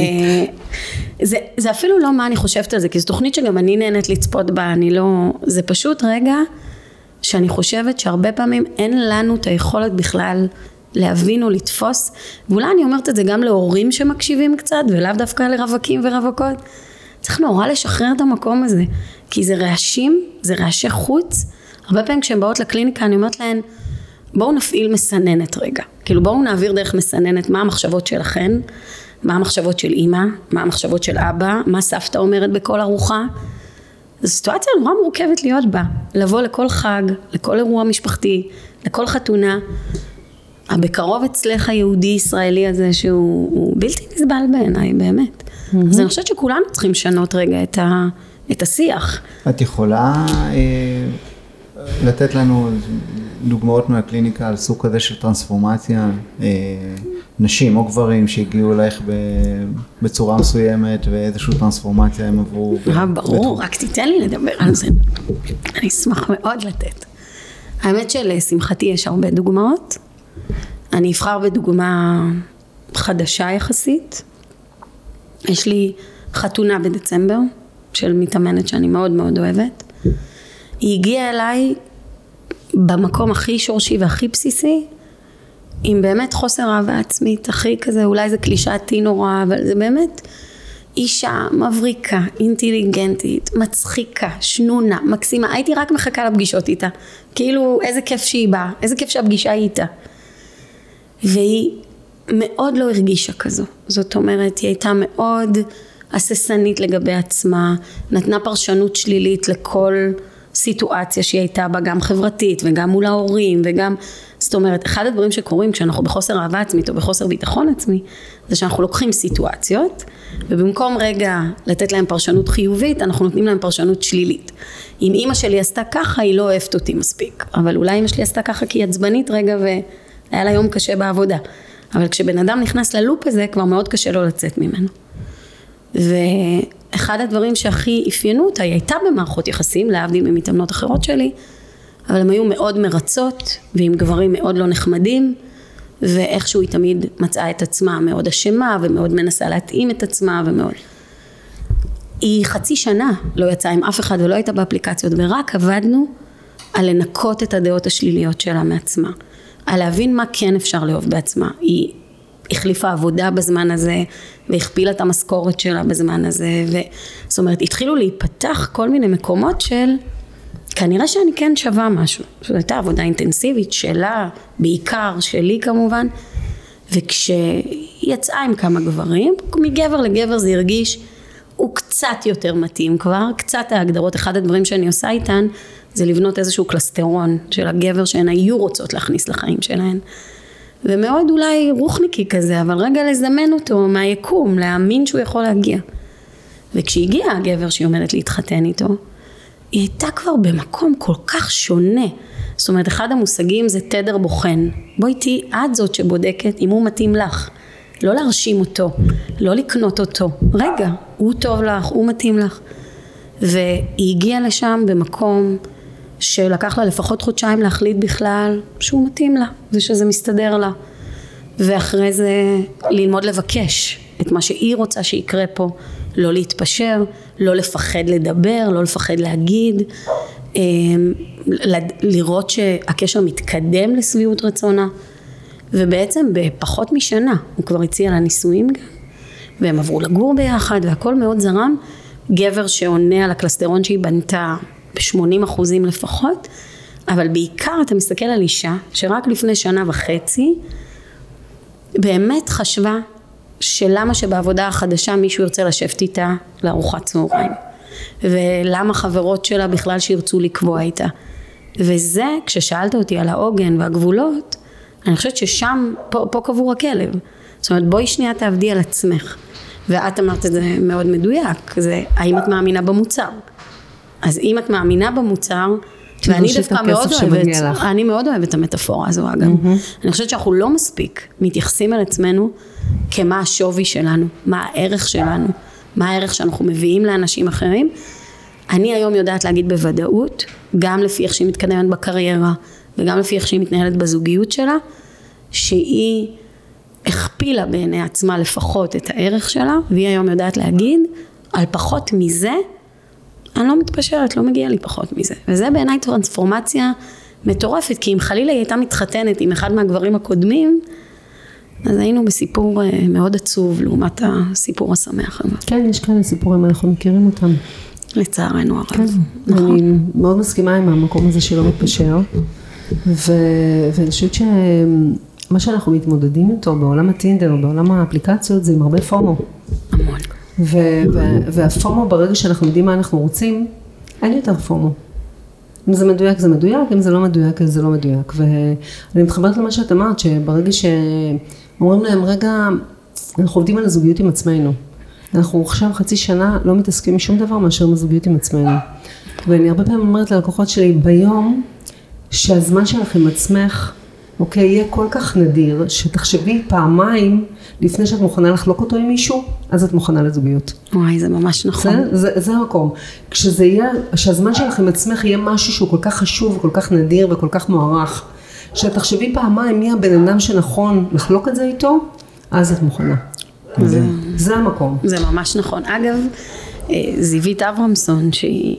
Speaker 3: זה, זה אפילו לא מה אני חושבת על זה, כי זו תוכנית שגם אני נהנית לצפות בה, אני לא, זה פשוט רגע שאני חושבת שהרבה פעמים אין לנו את היכולת בכלל להבין או לתפוס, ואולי אני אומרת את זה גם להורים שמקשיבים קצת, ולאו דווקא לרווקים ורווקות, צריך נורא לשחרר את המקום הזה, כי זה רעשים, זה רעשי חוץ, הרבה פעמים כשהן באות לקליניקה אני אומרת להן, בואו נפעיל מסננת רגע, כאילו בואו נעביר דרך מסננת מה המחשבות שלכן, מה המחשבות של אמא, מה המחשבות של אבא, מה סבתא אומרת בכל ארוחה. זו סיטואציה נורא מורכבת להיות בה, לבוא לכל חג, לכל אירוע משפחתי, לכל חתונה. הבקרוב אצלך היהודי ישראלי הזה שהוא בלתי נסבל בעיניי, באמת. Mm-hmm. אז אני חושבת שכולנו צריכים לשנות רגע את, ה, את השיח.
Speaker 1: את יכולה אה, לתת לנו דוגמאות מהקליניקה על סוג כזה של טרנספורמציה, אה, נשים או גברים שהגיעו אלייך בצורה מסוימת ואיזושהי טרנספורמציה הם עברו.
Speaker 3: אה, ברור, רק תיתן לי לדבר על זה. אני אשמח מאוד לתת. האמת שלשמחתי יש הרבה דוגמאות. אני אבחר בדוגמה חדשה יחסית. יש לי חתונה בדצמבר של מתאמנת שאני מאוד מאוד אוהבת. היא הגיעה אליי במקום הכי שורשי והכי בסיסי, עם באמת חוסר אהבה עצמית, הכי כזה, אולי זה קלישאתי נורא, אבל זה באמת אישה מבריקה, אינטליגנטית, מצחיקה, שנונה, מקסימה. הייתי רק מחכה לפגישות איתה. כאילו, איזה כיף שהיא באה, איזה כיף שהפגישה היא איתה. והיא מאוד לא הרגישה כזו. זאת אומרת, היא הייתה מאוד הססנית לגבי עצמה, נתנה פרשנות שלילית לכל סיטואציה שהיא הייתה בה, גם חברתית וגם מול ההורים וגם... זאת אומרת, אחד הדברים שקורים כשאנחנו בחוסר אהבה עצמית או בחוסר ביטחון עצמי, זה שאנחנו לוקחים סיטואציות, ובמקום רגע לתת להם פרשנות חיובית, אנחנו נותנים להם פרשנות שלילית. אם אמא שלי עשתה ככה, היא לא אוהבת אותי מספיק. אבל אולי אמא שלי עשתה ככה כי היא עצבנית רגע והיה לה יום קשה בעבודה. אבל כשבן אדם נכנס ללופ הזה, כבר מאוד קשה לו לצאת ממנו. ואחד הדברים שהכי אפיינו אותה, היא הייתה במערכות יחסים, להבדיל ממתאמנות אחרות שלי, אבל הם היו מאוד מרצות, ועם גברים מאוד לא נחמדים, ואיכשהו היא תמיד מצאה את עצמה מאוד אשמה, ומאוד מנסה להתאים את עצמה, ומאוד... היא חצי שנה לא יצאה עם אף אחד, ולא הייתה באפליקציות, ורק עבדנו על לנקות את הדעות השליליות שלה מעצמה, על להבין מה כן אפשר לאהוב בעצמה. היא החליפה עבודה בזמן הזה, והכפילה את המשכורת שלה בזמן הזה, ו... זאת אומרת, התחילו להיפתח כל מיני מקומות של... כנראה שאני כן שווה משהו. זו הייתה עבודה אינטנסיבית שלה, בעיקר שלי כמובן, וכשהיא יצאה עם כמה גברים, מגבר לגבר זה הרגיש, הוא קצת יותר מתאים כבר, קצת ההגדרות, אחד הדברים שאני עושה איתן, זה לבנות איזשהו קלסטרון של הגבר שהן היו רוצות להכניס לחיים שלהן. ומאוד אולי רוחניקי כזה, אבל רגע לזמן אותו מהיקום, להאמין שהוא יכול להגיע. וכשהגיע הגבר שהיא עומדת להתחתן איתו, היא הייתה כבר במקום כל כך שונה. זאת אומרת, אחד המושגים זה תדר בוחן. בואי תהי את זאת שבודקת אם הוא מתאים לך. לא להרשים אותו, לא לקנות אותו. רגע, הוא טוב לך, הוא מתאים לך. והיא הגיעה לשם במקום שלקח לה לפחות חודשיים להחליט בכלל שהוא מתאים לה ושזה מסתדר לה. ואחרי זה ללמוד לבקש את מה שהיא רוצה שיקרה פה. לא להתפשר, לא לפחד לדבר, לא לפחד להגיד, לראות שהקשר מתקדם לסביעות רצונה, ובעצם בפחות משנה, הוא כבר הציע לה נישואים גם, והם עברו לגור ביחד, והכל מאוד זרם, גבר שעונה על הקלסטרון שהיא בנתה ב-שמונים אחוזים לפחות, אבל בעיקר אתה מסתכל על אישה, שרק לפני שנה וחצי, באמת חשבה, שלמה שבעבודה החדשה מישהו ירצה לשבת איתה לארוחת צהריים, ולמה חברות שלה בכלל שירצו לקבוע איתה. וזה, כששאלת אותי על העוגן והגבולות, אני חושבת ששם, פה, פה קבור הכלב. זאת אומרת, בואי שנייה תעבדי על עצמך. ואת אמרת את זה מאוד מדויק, זה האם את מאמינה במוצר. אז אם את מאמינה במוצר, ואני דווקא מאוד אוהבת, אני מאוד אוהבת את המטאפורה הזו אגב. אני חושבת שאנחנו לא מספיק מתייחסים על עצמנו כמה השווי שלנו, מה הערך שלנו, מה הערך שאנחנו מביאים לאנשים אחרים. אני היום יודעת להגיד בוודאות, גם לפי איך שהיא מתקדמת בקריירה, וגם לפי איך שהיא מתנהלת בזוגיות שלה, שהיא הכפילה בעיני עצמה לפחות את הערך שלה, והיא היום יודעת להגיד, על פחות מזה, אני לא מתפשרת, לא מגיע לי פחות מזה. וזה בעיניי טרנספורמציה מטורפת, כי אם חלילה היא הייתה מתחתנת עם אחד מהגברים הקודמים, אז היינו בסיפור מאוד עצוב לעומת הסיפור השמח.
Speaker 2: כן, יש כאלה סיפורים, אנחנו מכירים אותם.
Speaker 3: לצערנו הרב.
Speaker 2: כן, נכון. אני מאוד מסכימה עם המקום הזה שלא מתפשר, ו... ואני חושבת שמה שאנחנו מתמודדים איתו בעולם הטינדר או בעולם האפליקציות זה עם הרבה פומו.
Speaker 3: המון.
Speaker 2: ו- ו- והפומו ברגע שאנחנו יודעים מה אנחנו רוצים, אין יותר פומו. אם זה מדויק זה מדויק, אם זה לא מדויק זה לא מדויק. ואני מתחברת למה שאת אמרת, שברגע שאומרים להם רגע, אנחנו עובדים על הזוגיות עם עצמנו. אנחנו עכשיו חצי שנה לא מתעסקים עם שום דבר מאשר הזוגיות עם עצמנו. ואני הרבה פעמים אומרת ללקוחות שלי, ביום שהזמן שלך עם עצמך, אוקיי, יהיה כל כך נדיר, שתחשבי פעמיים לפני שאת מוכנה לחלוק אותו עם מישהו, אז את מוכנה לזוגיות.
Speaker 3: וואי, זה ממש נכון.
Speaker 2: זה, זה, זה המקום. כשזה יהיה, שהזמן שלך עם עצמך יהיה משהו שהוא כל כך חשוב, וכל כך נדיר וכל כך מוערך, שתחשבי פעמיים מי הבן אדם שנכון לחלוק את זה איתו, אז את מוכנה. זה, זה המקום.
Speaker 3: זה ממש נכון. אגב, זיווית אברמסון, שהיא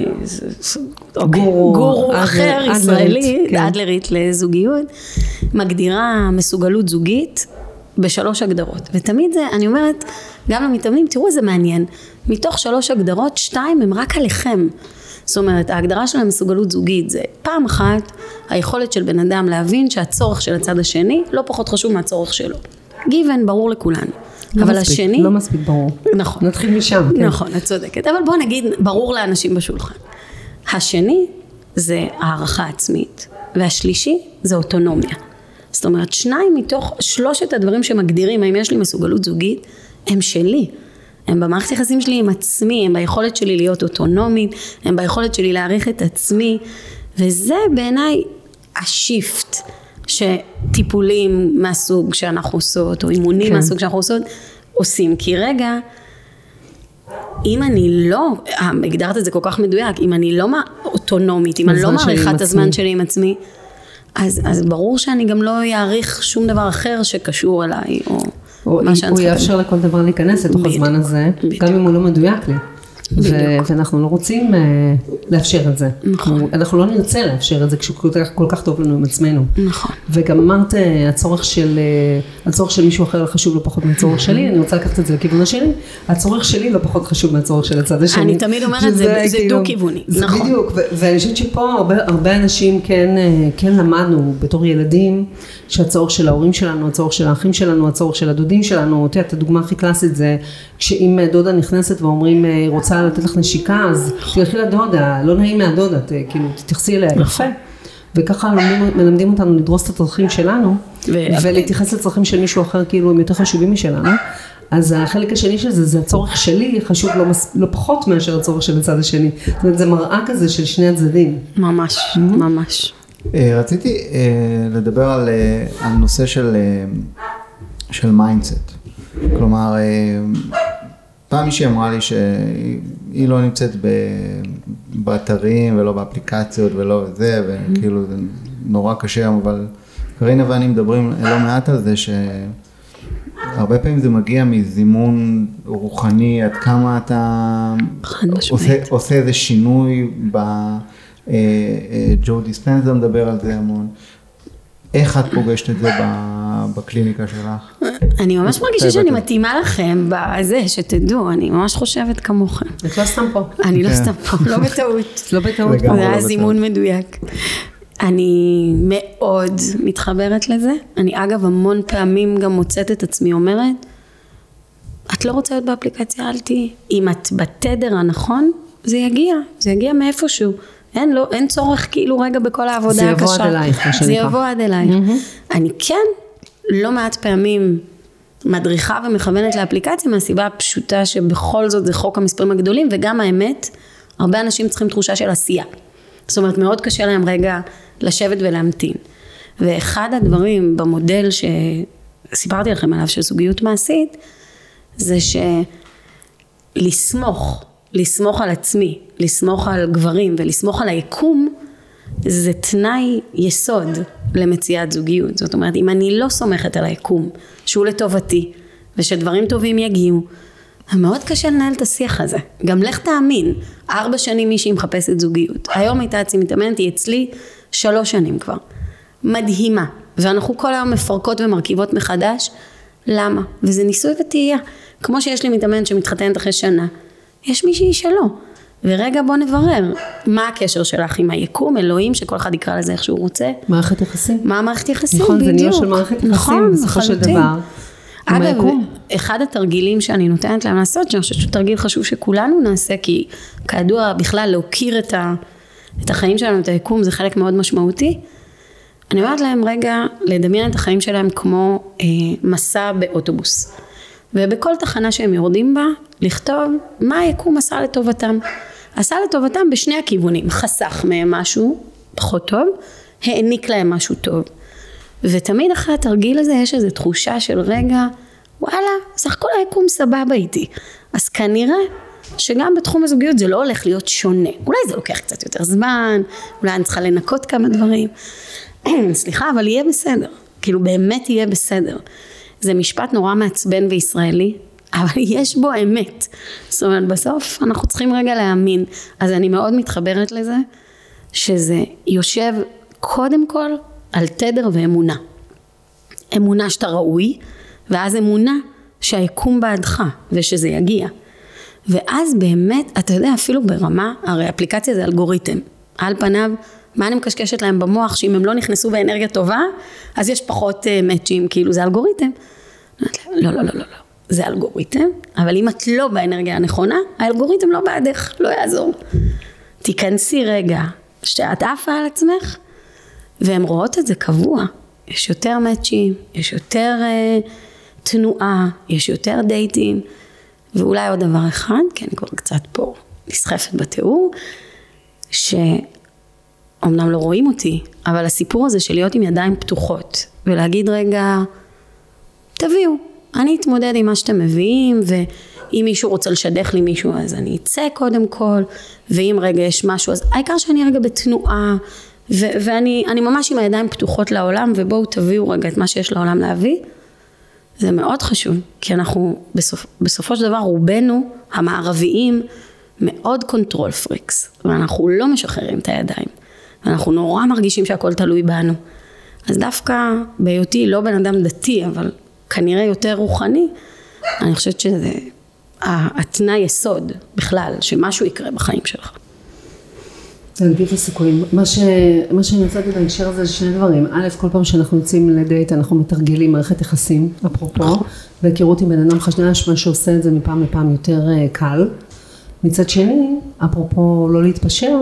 Speaker 2: גורו,
Speaker 3: גורו אחר ישראלי,
Speaker 2: כן.
Speaker 3: אדלרית לזוגיות, מגדירה מסוגלות זוגית בשלוש הגדרות. ותמיד זה, אני אומרת, גם למתאמנים, תראו איזה מעניין, מתוך שלוש הגדרות, שתיים הם רק עליכם. זאת אומרת, ההגדרה של המסוגלות זוגית זה פעם אחת, היכולת של בן אדם להבין שהצורך של הצד השני לא פחות חשוב מהצורך שלו. גיוון, ברור לכולנו.
Speaker 2: לא
Speaker 3: אבל
Speaker 2: מספיק,
Speaker 3: השני...
Speaker 2: לא מספיק ברור.
Speaker 3: נכון.
Speaker 2: נתחיל משם. כן.
Speaker 3: נכון, את צודקת. אבל בוא נגיד, ברור לאנשים בשולחן. השני זה הערכה עצמית, והשלישי זה אוטונומיה. זאת אומרת, שניים מתוך שלושת הדברים שמגדירים האם יש לי מסוגלות זוגית, הם שלי. הם במערכת יחסים שלי עם עצמי, הם ביכולת שלי להיות אוטונומית, הם ביכולת שלי להעריך את עצמי, וזה בעיניי השיפט שטיפולים מהסוג שאנחנו עושות, או אימונים
Speaker 2: כן.
Speaker 3: מהסוג שאנחנו עושות, עושים. כי רגע, אם אני לא, הגדרת את זה כל כך מדויק, אם אני לא אוטונומית, אם אני לא מעריכה את הזמן שלי עם עצמי, אז, אז ברור שאני גם לא יעריך שום דבר אחר שקשור אליי, או...
Speaker 2: הוא, הוא יאפשר לכל דבר להיכנס לתוך הזמן הזה, גם אם הוא לא מדויק לי. ו- ואנחנו לא רוצים uh, לאפשר את זה.
Speaker 3: נכון.
Speaker 2: אנחנו לא נרצה לאפשר את זה כשכל כך, כל כך טוב לנו עם עצמנו.
Speaker 3: נכון.
Speaker 2: וגם אמרת, הצורך של, uh, הצורך של מישהו אחר חשוב לא פחות מהצורך שלי, אני רוצה לקחת את זה לכיוון השני, הצורך שלי לא פחות חשוב מהצורך של הצד השני.
Speaker 3: אני תמיד אומרת, זה, זה, זה כאילו, דו-כיווני.
Speaker 2: זה
Speaker 3: נכון.
Speaker 2: בדיוק, ו- ואני חושבת שפה הרבה, הרבה אנשים כן, כן למדנו בתור ילדים, שהצורך של ההורים שלנו, הצורך של האחים שלנו, הצורך של הדודים שלנו, את הדוגמה הכי קלאסית זה, כשאם דודה נכנסת ואומרים, רוצה לתת לך נשיקה, אז תלכי לדודה, לא נעים מהדודה, כאילו תתייחסי אליה יפה. וככה מלמדים, מלמדים אותנו לדרוס את הצרכים שלנו, ולהתייחס לצרכים של מישהו אחר, כאילו הם יותר חשובים משלנו. אז החלק השני של זה, זה הצורך שלי, חשוב לא, לא פחות מאשר הצורך של הצד השני. זאת אומרת, זה מראה כזה של שני הצדדים.
Speaker 3: ממש, ממש.
Speaker 1: רציתי לדבר על, על נושא של, של מיינדסט. כלומר, פעם מישהי אמרה לי שהיא לא נמצאת באתרים ולא באפליקציות ולא זה, וכאילו זה נורא קשה, אבל קרינה ואני מדברים לא מעט על זה, שהרבה פעמים זה מגיע מזימון רוחני, עד כמה אתה עושה, עושה איזה שינוי ב... ג'ו דיספנזה מדבר על זה המון. איך את פוגשת את זה בקליניקה שלך?
Speaker 3: אני ממש מרגישה שאני מתאימה לכם בזה, שתדעו, אני ממש חושבת כמוכם.
Speaker 2: את לא סתם פה.
Speaker 3: אני לא סתם פה, לא בטעות.
Speaker 2: לא בטעות.
Speaker 3: זה היה זימון מדויק. אני מאוד מתחברת לזה. אני אגב המון פעמים גם מוצאת את עצמי אומרת, את לא רוצה להיות באפליקציה, אל תהי. אם את בתדר הנכון, זה יגיע. זה יגיע מאיפשהו. אין, לא, אין צורך כאילו רגע בכל העבודה הקשה.
Speaker 2: זה יבוא עד אלייך.
Speaker 3: זה יבוא עד אלייך. Mm-hmm. אני כן לא מעט פעמים מדריכה ומכוונת לאפליקציה מהסיבה הפשוטה שבכל זאת זה חוק המספרים הגדולים, וגם האמת, הרבה אנשים צריכים תחושה של עשייה. זאת אומרת, מאוד קשה להם רגע לשבת ולהמתין. ואחד הדברים במודל שסיפרתי לכם עליו של זוגיות מעשית, זה שלסמוך, לסמוך על עצמי, לסמוך על גברים ולסמוך על היקום, זה תנאי יסוד למציאת זוגיות. זאת אומרת, אם אני לא סומכת על היקום, שהוא לטובתי, ושדברים טובים יגיעו, מאוד קשה לנהל את השיח הזה. גם לך תאמין, ארבע שנים מישהי מחפשת זוגיות. היום הייתה אצלי מתאמנת, היא אצלי שלוש שנים כבר. מדהימה. ואנחנו כל היום מפרקות ומרכיבות מחדש. למה? וזה ניסוי וטעייה. כמו שיש לי מתאמנת שמתחתנת אחרי שנה, יש מישהי שלא. ורגע בוא נברר, מה הקשר שלך עם היקום, אלוהים, שכל אחד יקרא לזה איך שהוא רוצה.
Speaker 2: מערכת יחסים.
Speaker 3: מה מערכת יחסים,
Speaker 2: נכון,
Speaker 3: בדיוק.
Speaker 2: זה ניהול של מערכת יחסים,
Speaker 3: נכון,
Speaker 2: בסופו של דבר.
Speaker 3: אגב, אחד התרגילים שאני נותנת להם לעשות, שאני חושבת שהוא תרגיל חשוב שכולנו נעשה, כי כידוע בכלל להוקיר את, ה, את החיים שלנו, את היקום, זה חלק מאוד משמעותי. אני אומרת להם רגע, לדמיין את החיים שלהם כמו אה, מסע באוטובוס. ובכל תחנה שהם יורדים בה, לכתוב מה היקום עשה לטובתם. עשה לטובתם בשני הכיוונים, חסך מהם משהו פחות טוב, העניק להם משהו טוב. ותמיד אחרי התרגיל הזה יש איזו תחושה של רגע, וואלה, סך הכל היקום סבבה איתי. אז כנראה שגם בתחום הזוגיות זה לא הולך להיות שונה. אולי זה לוקח קצת יותר זמן, אולי אני צריכה לנקות כמה דברים. סליחה, אבל יהיה בסדר. כאילו באמת יהיה בסדר. זה משפט נורא מעצבן וישראלי, אבל יש בו אמת. זאת אומרת, בסוף אנחנו צריכים רגע להאמין. אז אני מאוד מתחברת לזה, שזה יושב קודם כל על תדר ואמונה. אמונה שאתה ראוי, ואז אמונה שהיקום בעדך, ושזה יגיע. ואז באמת, אתה יודע, אפילו ברמה, הרי אפליקציה זה אלגוריתם. על פניו, מה אני מקשקשת להם במוח, שאם הם לא נכנסו באנרגיה טובה, אז יש פחות uh, מאצ'ים, כאילו זה אלגוריתם. לא, לא, לא, לא, לא. זה אלגוריתם, אבל אם את לא באנרגיה הנכונה, האלגוריתם לא בעדך, לא יעזור. תיכנסי רגע, שאת עפה על עצמך, והן רואות את זה קבוע. יש יותר מאצ'ים, יש יותר uh, תנועה, יש יותר דייטים, ואולי עוד דבר אחד, כי אני כבר קצת פה נסחפת בתיאור, שאומנם לא רואים אותי, אבל הסיפור הזה של להיות עם ידיים פתוחות, ולהגיד רגע, תביאו, אני אתמודד עם מה שאתם מביאים, ואם מישהו רוצה לשדך לי מישהו, אז אני אצא קודם כל, ואם רגע יש משהו, אז העיקר שאני רגע בתנועה, ו- ואני אני ממש עם הידיים פתוחות לעולם, ובואו תביאו רגע את מה שיש לעולם להביא, זה מאוד חשוב, כי אנחנו בסופ, בסופו של דבר רובנו המערביים מאוד קונטרול פריקס, ואנחנו לא משחררים את הידיים, ואנחנו נורא מרגישים שהכל תלוי בנו. אז דווקא בהיותי לא בן אדם דתי, אבל כנראה יותר רוחני, אני חושבת שזה התנאי יסוד בכלל, שמשהו יקרה בחיים שלך.
Speaker 2: להגדיל את הסיכויים. מה ש... מה שאני רוצה להגיד בהקשר הזה זה שני דברים. א', כל פעם שאנחנו יוצאים לדייט, אנחנו מתרגלים מערכת יחסים, אפרופו, והכירות עם בן אדם חדש, מה שעושה את זה מפעם לפעם יותר קל. מצד שני, אפרופו לא להתפשר,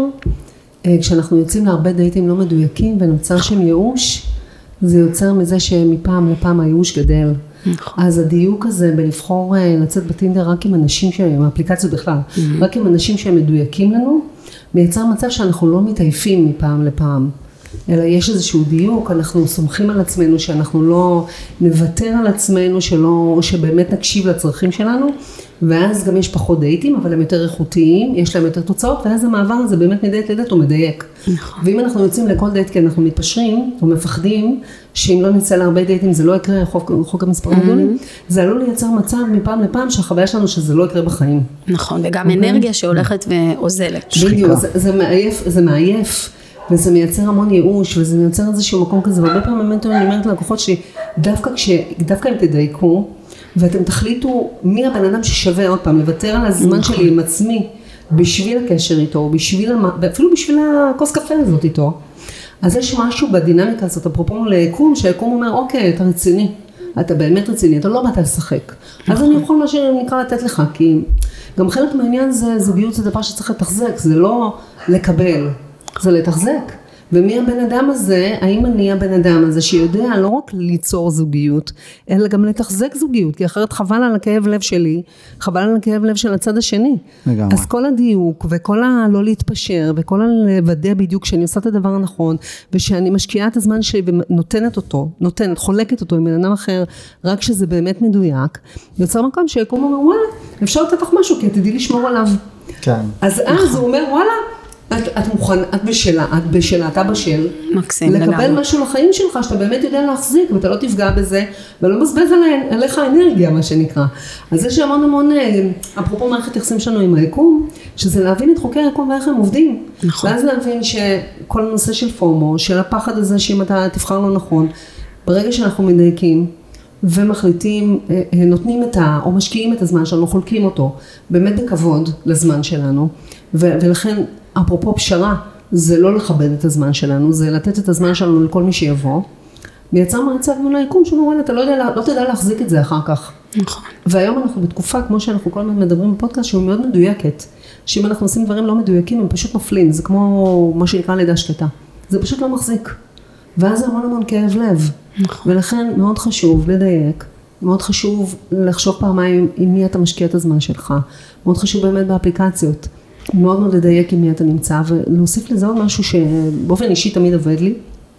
Speaker 2: כשאנחנו יוצאים להרבה דייטים לא מדויקים ונוצר שם ייאוש, זה יוצר מזה שמפעם לפעם הייאוש גדל. אז הדיוק הזה בלבחור לצאת בטינדר רק עם אנשים שהם, האפליקציות בכלל, רק עם אנשים שהם מדויקים לנו, מייצר מצב שאנחנו לא מתעייפים מפעם לפעם, אלא יש איזשהו דיוק, אנחנו סומכים על עצמנו שאנחנו לא נוותר על עצמנו, שלא, שבאמת נקשיב לצרכים שלנו, ואז גם יש פחות דייטים, אבל הם יותר איכותיים, יש להם יותר תוצאות, ואז המעבר הזה באמת מדייט לדייט הוא מדייק. נכון. ואם אנחנו יוצאים לכל דייט כי אנחנו מתפשרים, או מפחדים, שאם לא נצא להרבה דייטים זה לא יקרה, חוק, חוק המספרים הגדולים, mm-hmm. זה עלול לייצר מצב מפעם לפעם שהחוויה שלנו שזה לא יקרה בחיים.
Speaker 3: נכון, וגם okay. אנרגיה שהולכת ועוזלת.
Speaker 2: בדיוק, זה, זה מעייף, זה מעייף, וזה מייצר המון ייאוש, וזה מייצר איזשהו מקום כזה, והרבה פעמים באמת אני אומרת לקוחות שדווקא כש, דווקא אם תדייקו, ואתם תחליטו מי הבן אדם ששווה עוד פעם, לוותר על הזמן שלי עם עצמי, בשביל הקשר איתו, בשביל, אפילו בשביל הכוס קפה הזאת איתו. אז יש משהו בדינמיקה הזאת, אפרופו ליקום, שהיקום אומר, אוקיי, אתה רציני, אתה באמת רציני, אתה לא באת לשחק. אז אני יכול מה שנקרא לתת לך, כי גם חלק מהעניין זה, זוגיות זה דבר שצריך לתחזק, זה לא לקבל, זה לתחזק. ומי הבן אדם הזה, האם אני הבן אדם הזה שיודע לא רק ליצור זוגיות, אלא גם לתחזק זוגיות, כי אחרת חבל על הכאב לב שלי, חבל על הכאב לב של הצד השני. לגמרי. אז כל הדיוק וכל הלא להתפשר, וכל הלוודא בדיוק שאני עושה את הדבר הנכון, ושאני משקיעה את הזמן שלי ונותנת אותו, נותנת, חולקת אותו עם בן אדם אחר, רק שזה באמת מדויק, יוצר מקום שיקום אומר, וואלה, אפשר לתת לך משהו, כי תדעי לשמור עליו.
Speaker 1: כן.
Speaker 2: אז אז הוא אומר, וואלה, את, את מוכן, את בשלה, את בשלה, אתה בשל.
Speaker 3: מקסים,
Speaker 2: לקבל
Speaker 3: לגמרי.
Speaker 2: משהו לחיים שלך, שאתה באמת יודע להחזיק, ואתה לא תפגע בזה, ולא מבזבז עליך אנרגיה, מה שנקרא. אז יש המון המון, אפרופו מערכת יחסים שלנו עם היקום, שזה להבין את חוקי היקום ואיך הם עובדים. נכון. ואז להבין שכל הנושא של פומו, של הפחד הזה, שאם אתה תבחר לא נכון, ברגע שאנחנו מדייקים, ומחליטים, נותנים את ה, או משקיעים את הזמן שלנו, חולקים אותו, באמת בכבוד לזמן שלנו, ו- ולכן, אפרופו פשרה, זה לא לכבד את הזמן שלנו, זה לתת את הזמן שלנו לכל מי שיבוא, מייצר מצב מול היקום, שאומר, וואלה, אתה לא, יודע, לא תדע להחזיק את זה אחר כך.
Speaker 3: נכון.
Speaker 2: והיום אנחנו בתקופה, כמו שאנחנו כל הזמן מדברים בפודקאסט, שהוא מאוד מדויקת, שאם אנחנו עושים דברים לא מדויקים, הם פשוט נופלים, זה כמו מה שנקרא לידה שקטה, זה פשוט לא מחזיק, ואז זה המון המון כאב לב, נכון. ולכן מאוד חשוב לדייק, מאוד חשוב לחשוב פעמיים עם מי אתה משקיע את הזמן שלך, מאוד חשוב באמת באפליקציות, מאוד מאוד לדייק עם מי אתה נמצא, ולהוסיף לזה עוד משהו שבאופן אישי תמיד עובד לי,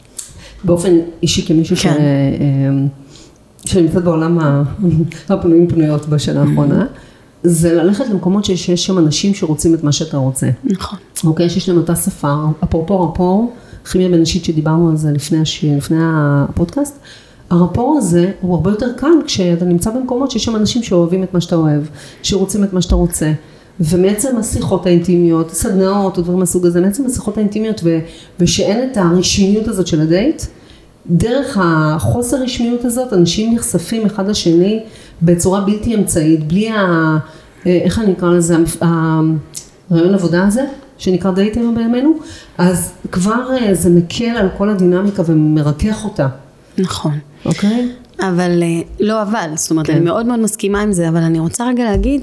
Speaker 2: באופן אישי כמישהו כן. ש... שנמצאת בעולם הפנויים פנויות בשנה האחרונה, זה ללכת למקומות שיש שם אנשים שרוצים את מה שאתה רוצה.
Speaker 3: נכון.
Speaker 2: אוקיי, שיש להם אותה שפה, אפרופו רפור, כימיה בנשית שדיברנו על זה לפני, הש... לפני הפודקאסט, הרפור הזה הוא הרבה יותר קל כשאתה נמצא במקומות שיש שם אנשים שאוהבים את מה שאתה אוהב, שרוצים את מה שאתה רוצה. ומעצם השיחות האינטימיות, סדנאות או דברים מהסוג הזה, מעצם השיחות האינטימיות ו- ושאין את הרשמיות הזאת של הדייט, דרך החוסר רשמיות הזאת, אנשים נחשפים אחד לשני בצורה בלתי אמצעית, בלי ה... איך אני אקרא לזה? הרעיון עבודה הזה, שנקרא דייטים בימינו, אז כבר זה מקל על כל הדינמיקה ומרכך אותה.
Speaker 3: נכון.
Speaker 2: אוקיי?
Speaker 3: אבל, לא אבל, זאת אומרת,
Speaker 2: כן.
Speaker 3: אני מאוד מאוד מסכימה עם זה, אבל אני רוצה רגע להגיד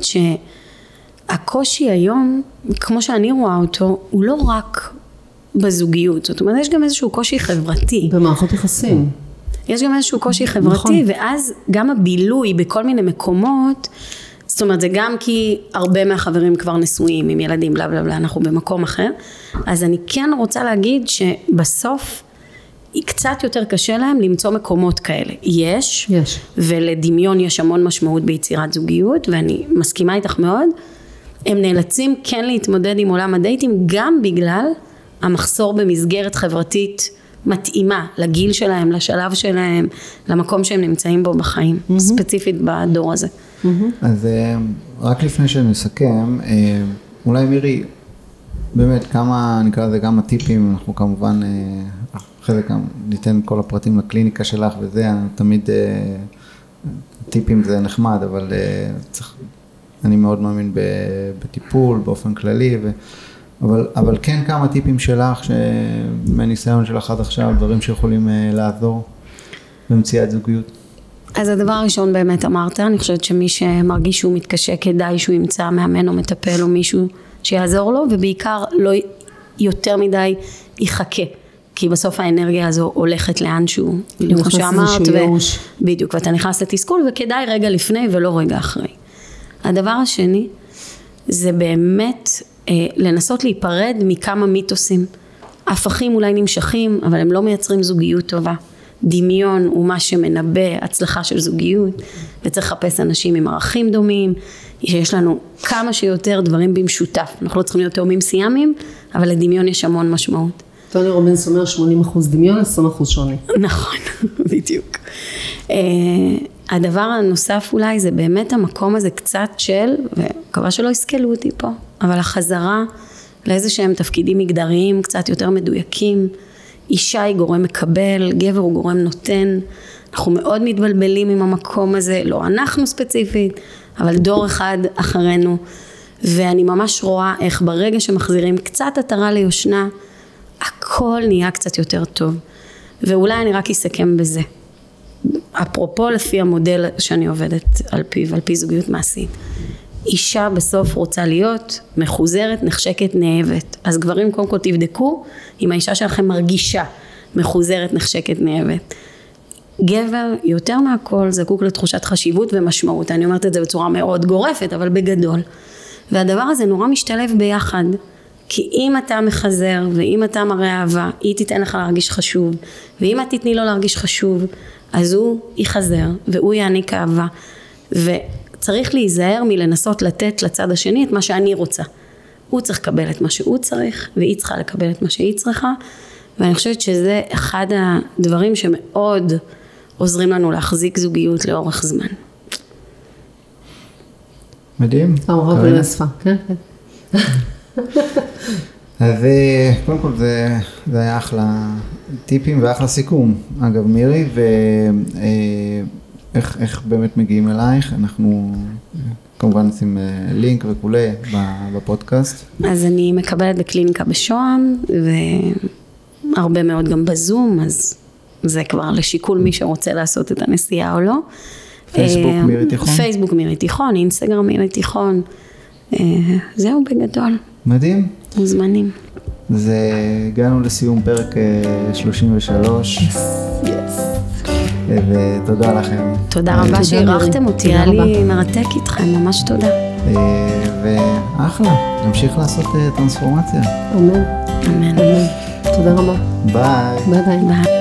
Speaker 3: שהקושי היום, כמו שאני רואה אותו, הוא לא רק בזוגיות, זאת אומרת, יש גם איזשהו קושי חברתי.
Speaker 2: במערכות יחסים.
Speaker 3: יש גם איזשהו קושי חברתי, נכון. ואז גם הבילוי בכל מיני מקומות, זאת אומרת, זה גם כי הרבה מהחברים כבר נשואים עם ילדים, בלה בלה בלה, אנחנו במקום אחר. אז אני כן רוצה להגיד שבסוף, קצת יותר קשה להם למצוא מקומות כאלה. יש,
Speaker 2: יש.
Speaker 3: ולדמיון יש המון משמעות ביצירת זוגיות, ואני מסכימה איתך מאוד. הם נאלצים כן להתמודד עם עולם הדייטים, גם בגלל המחסור במסגרת חברתית מתאימה לגיל שלהם, לשלב שלהם, למקום שהם נמצאים בו בחיים, mm-hmm. ספציפית בדור הזה.
Speaker 1: Mm-hmm. אז רק לפני שנסכם, אולי מירי, באמת כמה, נקרא לזה גם הטיפים, אנחנו כמובן, אחרי זה גם ניתן כל הפרטים לקליניקה שלך וזה, תמיד טיפים זה נחמד, אבל צריך, אני מאוד מאמין בטיפול באופן כללי, ו... אבל, אבל כן כמה טיפים שלך, שמניסיון שלך עד עכשיו, דברים שיכולים לעזור במציאת זוגיות.
Speaker 3: אז הדבר הראשון באמת אמרת, אני חושבת שמי שמרגיש שהוא מתקשה, כדאי שהוא ימצא מאמן או מטפל או מישהו שיעזור לו, ובעיקר לא יותר מדי יחכה, כי בסוף האנרגיה הזו הולכת לאנשהו, כמו שאמרת, ו... בדיוק, ואתה נכנס לתסכול, וכדאי רגע לפני ולא רגע אחרי. הדבר השני, זה באמת אה, לנסות להיפרד מכמה מיתוסים. הפכים אולי נמשכים, אבל הם לא מייצרים זוגיות טובה. דמיון הוא מה שמנבא הצלחה של זוגיות, וצריך לחפש אנשים עם ערכים דומים, שיש לנו כמה שיותר דברים במשותף. אנחנו לא צריכים להיות תאומים סיאמים, אבל לדמיון יש המון משמעות.
Speaker 2: טוני רובינס אומר שמונים אחוז דמיון, עשרים אחוז שוני.
Speaker 3: נכון, בדיוק. הדבר הנוסף אולי זה באמת המקום הזה קצת של, וכבר שלא יסכלו אותי פה, אבל החזרה לאיזה שהם תפקידים מגדריים קצת יותר מדויקים, אישה היא גורם מקבל, גבר הוא גורם נותן, אנחנו מאוד מתבלבלים עם המקום הזה, לא אנחנו ספציפית, אבל דור אחד אחרינו, ואני ממש רואה איך ברגע שמחזירים קצת עטרה ליושנה, הכל נהיה קצת יותר טוב, ואולי אני רק אסכם בזה. אפרופו לפי המודל שאני עובדת על פיו, על פי זוגיות מעשית, אישה בסוף רוצה להיות מחוזרת, נחשקת, נאהבת. אז גברים קודם כל תבדקו אם האישה שלכם מרגישה מחוזרת, נחשקת, נאהבת. גבר יותר מהכל זקוק לתחושת חשיבות ומשמעות. אני אומרת את זה בצורה מאוד גורפת, אבל בגדול. והדבר הזה נורא משתלב ביחד. כי אם אתה מחזר ואם אתה מראה אהבה, היא תיתן לך להרגיש חשוב. ואם את תתני לו להרגיש חשוב, אז הוא יחזר והוא יעניק אהבה. וצריך להיזהר מלנסות לתת לצד השני את מה שאני רוצה. הוא צריך לקבל את מה שהוא צריך, והיא צריכה לקבל את מה שהיא צריכה. ואני חושבת שזה אחד הדברים שמאוד עוזרים לנו להחזיק זוגיות לאורך זמן.
Speaker 1: מדהים.
Speaker 2: אהוב ולשפה, כן, כן.
Speaker 1: אז קודם כל זה, זה היה אחלה טיפים ואחלה סיכום. אגב מירי, ואיך איך באמת מגיעים אלייך? אנחנו כמובן נשים לינק וכולי בפודקאסט.
Speaker 3: אז אני מקבלת בקליניקה בשוהם, והרבה מאוד גם בזום, אז זה כבר לשיקול מי שרוצה לעשות את הנסיעה או לא.
Speaker 1: פייסבוק מירי תיכון?
Speaker 3: פייסבוק מירי תיכון, אינסטגרם מירי תיכון. זהו בגדול.
Speaker 1: מדהים.
Speaker 3: מוזמנים.
Speaker 1: אז הגענו לסיום פרק שלושים ושלוש.
Speaker 3: יס.
Speaker 1: ותודה לכם.
Speaker 3: תודה רבה שהערכתם אותי, היה לי מרתק איתכם, ממש תודה.
Speaker 1: ואחלה, נמשיך לעשות טרנספורמציה.
Speaker 2: אמן.
Speaker 3: אמן.
Speaker 2: תודה רבה.
Speaker 1: ביי.
Speaker 2: ביי ביי.
Speaker 3: ביי.